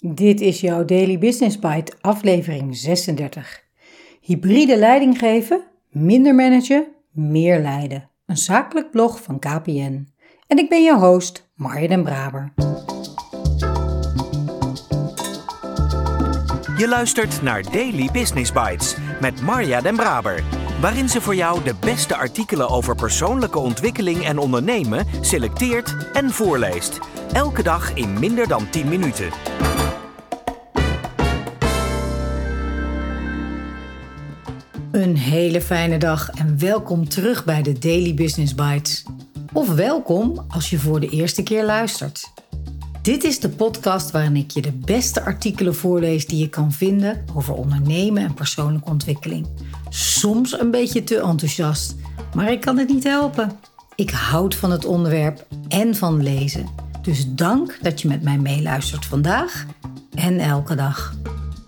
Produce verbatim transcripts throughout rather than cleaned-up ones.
Dit is jouw Daily Business Bite, aflevering zesendertig. Hybride leiding geven, minder managen, meer leiden. Een zakelijk blog van K P N. En ik ben je host, Marja den Braber. Je luistert naar Daily Business Bites met Marja den Braber, waarin ze voor jou de beste artikelen over persoonlijke ontwikkeling en ondernemen selecteert en voorleest. Elke dag in minder dan tien minuten. Een hele fijne dag en welkom terug bij de Daily Business Bites. Of welkom als je voor de eerste keer luistert. Dit is de podcast waarin ik je de beste artikelen voorlees die je kan vinden over ondernemen en persoonlijke ontwikkeling. Soms een beetje te enthousiast, maar ik kan het niet helpen. Ik houd van het onderwerp en van lezen. Dus dank dat je met mij meeluistert vandaag en elke dag.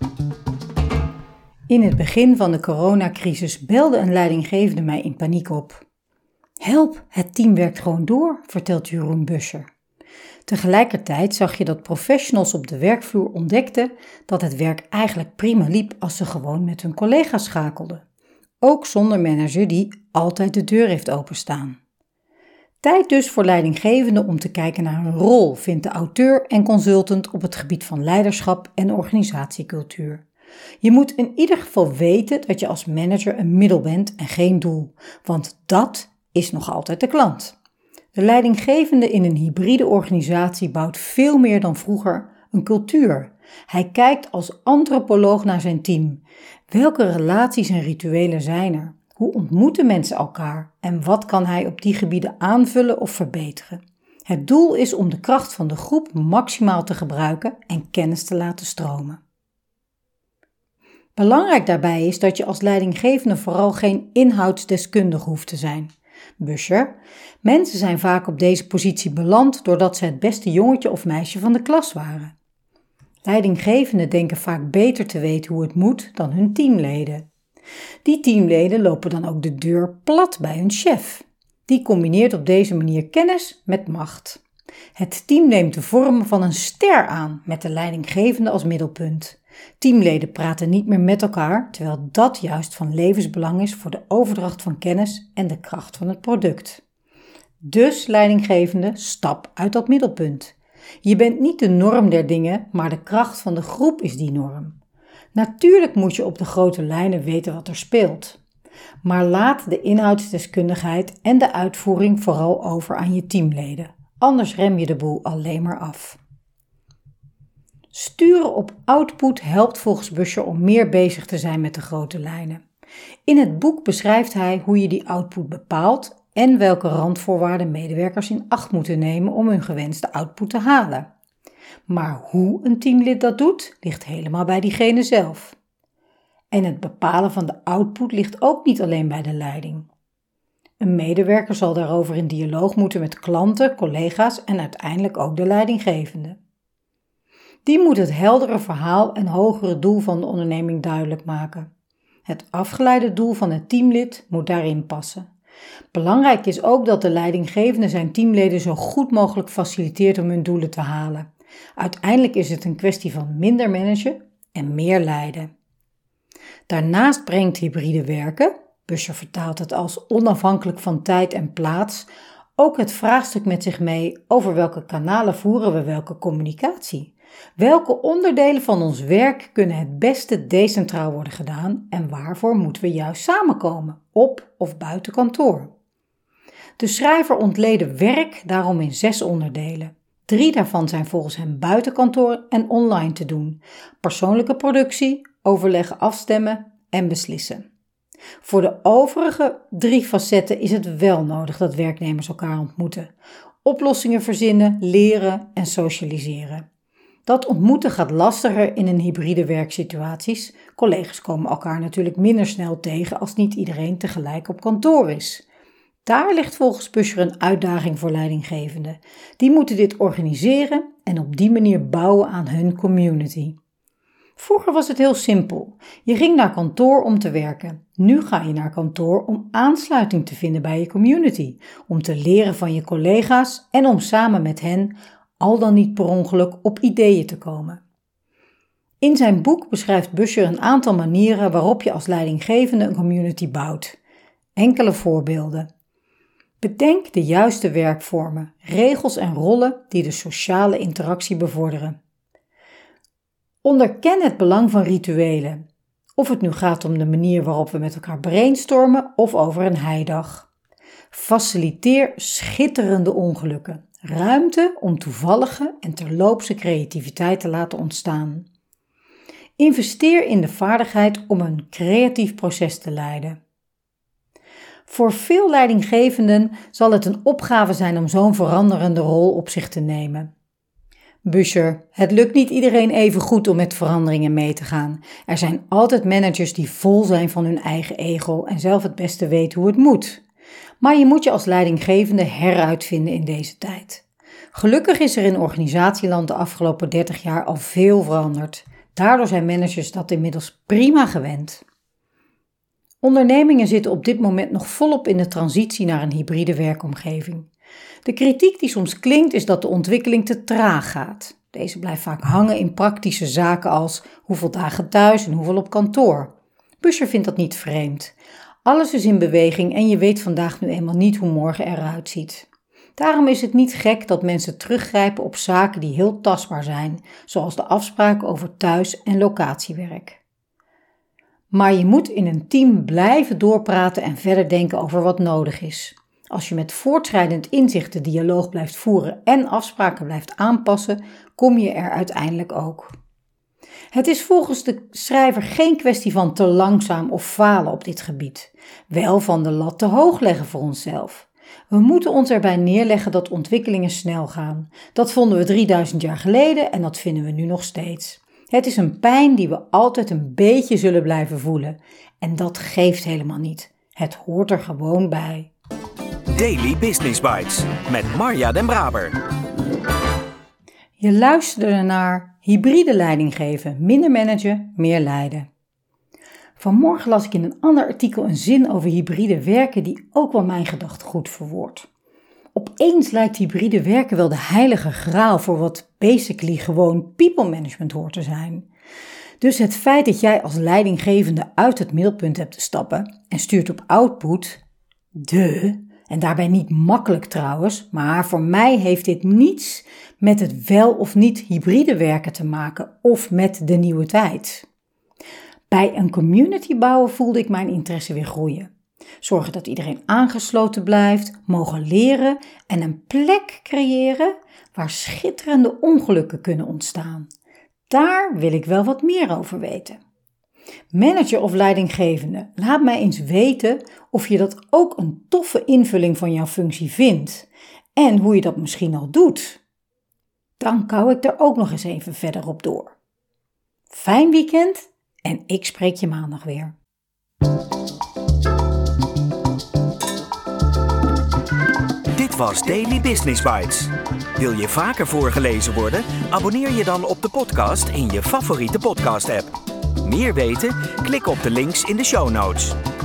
In het begin van de coronacrisis belde een leidinggevende mij in paniek op. Help, het team werkt gewoon door, vertelt Jeroen Buscher. Tegelijkertijd zag je dat professionals op de werkvloer ontdekten dat het werk eigenlijk prima liep als ze gewoon met hun collega's schakelden. Ook zonder manager die altijd de deur heeft openstaan. Tijd dus voor leidinggevenden om te kijken naar hun rol, vindt de auteur en consultant op het gebied van leiderschap en organisatiecultuur. Je moet in ieder geval weten dat je als manager een middel bent en geen doel, want dat is nog altijd de klant. De leidinggevende in een hybride organisatie bouwt veel meer dan vroeger een cultuur. Hij kijkt als antropoloog naar zijn team. Welke relaties en rituelen zijn er? Hoe ontmoeten mensen elkaar? En wat kan hij op die gebieden aanvullen of verbeteren? Het doel is om de kracht van de groep maximaal te gebruiken en kennis te laten stromen. Belangrijk daarbij is dat je als leidinggevende vooral geen inhoudsdeskundige hoeft te zijn. Buscher, mensen zijn vaak op deze positie beland doordat ze het beste jongetje of meisje van de klas waren. Leidinggevenden denken vaak beter te weten hoe het moet dan hun teamleden. Die teamleden lopen dan ook de deur plat bij hun chef. Die combineert op deze manier kennis met macht. Het team neemt de vorm van een ster aan met de leidinggevende als middelpunt. Teamleden praten niet meer met elkaar, terwijl dat juist van levensbelang is voor de overdracht van kennis en de kracht van het product. Dus, leidinggevende, stap uit dat middelpunt. Je bent niet de norm der dingen, maar de kracht van de groep is die norm. Natuurlijk moet je op de grote lijnen weten wat er speelt. Maar laat de inhoudsdeskundigheid en de uitvoering vooral over aan je teamleden. Anders rem je de boel alleen maar af. Sturen op output helpt volgens Buscher om meer bezig te zijn met de grote lijnen. In het boek beschrijft hij hoe je die output bepaalt en welke randvoorwaarden medewerkers in acht moeten nemen om hun gewenste output te halen. Maar hoe een teamlid dat doet, ligt helemaal bij diegene zelf. En het bepalen van de output ligt ook niet alleen bij de leiding. Een medewerker zal daarover in dialoog moeten met klanten, collega's en uiteindelijk ook de leidinggevende. Die moet het heldere verhaal en hogere doel van de onderneming duidelijk maken. Het afgeleide doel van het teamlid moet daarin passen. Belangrijk is ook dat de leidinggevende zijn teamleden zo goed mogelijk faciliteert om hun doelen te halen. Uiteindelijk is het een kwestie van minder managen en meer leiden. Daarnaast brengt hybride werken, Buscher vertaalt het als onafhankelijk van tijd en plaats, ook het vraagstuk met zich mee over welke kanalen voeren we welke communicatie. Welke onderdelen van ons werk kunnen het beste decentraal worden gedaan en waarvoor moeten we juist samenkomen, op of buiten kantoor? De schrijver ontleedde werk daarom in zes onderdelen. Drie daarvan zijn volgens hem buiten kantoor en online te doen. Persoonlijke productie, overleggen, afstemmen en beslissen. Voor de overige drie facetten is het wel nodig dat werknemers elkaar ontmoeten. Oplossingen verzinnen, leren en socialiseren. Dat ontmoeten gaat lastiger in een hybride werksituaties. Collega's komen elkaar natuurlijk minder snel tegen als niet iedereen tegelijk op kantoor is. Daar ligt volgens Buscher een uitdaging voor leidinggevenden. Die moeten dit organiseren en op die manier bouwen aan hun community. Vroeger was het heel simpel. Je ging naar kantoor om te werken. Nu ga je naar kantoor om aansluiting te vinden bij je community, om te leren van je collega's en om samen met hen, al dan niet per ongeluk, op ideeën te komen. In zijn boek beschrijft Buscher een aantal manieren waarop je als leidinggevende een community bouwt. Enkele voorbeelden. Bedenk de juiste werkvormen, regels en rollen die de sociale interactie bevorderen. Onderken het belang van rituelen, of het nu gaat om de manier waarop we met elkaar brainstormen of over een heidag. Faciliteer schitterende ongelukken, ruimte om toevallige en terloopse creativiteit te laten ontstaan. Investeer in de vaardigheid om een creatief proces te leiden. Voor veel leidinggevenden zal het een opgave zijn om zo'n veranderende rol op zich te nemen. Buscher, het lukt niet iedereen even goed om met veranderingen mee te gaan. Er zijn altijd managers die vol zijn van hun eigen ego en zelf het beste weten hoe het moet. Maar je moet je als leidinggevende heruitvinden in deze tijd. Gelukkig is er in organisatieland de afgelopen dertig jaar al veel veranderd. Daardoor zijn managers dat inmiddels prima gewend. Ondernemingen zitten op dit moment nog volop in de transitie naar een hybride werkomgeving. De kritiek die soms klinkt is dat de ontwikkeling te traag gaat. Deze blijft vaak hangen in praktische zaken als hoeveel dagen thuis en hoeveel op kantoor. Buscher vindt dat niet vreemd. Alles is in beweging en je weet vandaag nu eenmaal niet hoe morgen eruit ziet. Daarom is het niet gek dat mensen teruggrijpen op zaken die heel tastbaar zijn, zoals de afspraken over thuis- en locatiewerk. Maar je moet in een team blijven doorpraten en verder denken over wat nodig is. Als je met voortschrijdend inzicht de dialoog blijft voeren en afspraken blijft aanpassen, kom je er uiteindelijk ook. Het is volgens de schrijver geen kwestie van te langzaam of falen op dit gebied. Wel van de lat te hoog leggen voor onszelf. We moeten ons erbij neerleggen dat ontwikkelingen snel gaan. Dat vonden we drieduizend jaar geleden en dat vinden we nu nog steeds. Het is een pijn die we altijd een beetje zullen blijven voelen. En dat geeft helemaal niet. Het hoort er gewoon bij. Daily Business Bites met Marja Den Braber. Je luisterde naar hybride leiding geven, minder managen, meer leiden. Vanmorgen las ik in een ander artikel een zin over hybride werken die ook wel mijn gedachtegoed verwoordt. Opeens lijkt hybride werken wel de heilige graal voor wat basically gewoon people management hoort te zijn. Dus het feit dat jij als leidinggevende uit het middelpunt hebt te stappen en stuurt op output, de, en daarbij niet makkelijk trouwens, maar voor mij heeft dit niets met het wel of niet hybride werken te maken of met de nieuwe tijd. Bij een community bouwen voelde ik mijn interesse weer groeien. Zorgen dat iedereen aangesloten blijft, mogen leren en een plek creëren waar schitterende ongelukken kunnen ontstaan. Daar wil ik wel wat meer over weten. Manager of leidinggevende, laat mij eens weten of je dat ook een toffe invulling van jouw functie vindt en hoe je dat misschien al doet. Dan kou ik er ook nog eens even verder op door. Fijn weekend en ik spreek je maandag weer. Dit was Daily Business Bites. Wil je vaker voorgelezen worden? Abonneer je dan op de podcast in je favoriete podcast-app. Meer weten? Klik op de links in de show notes.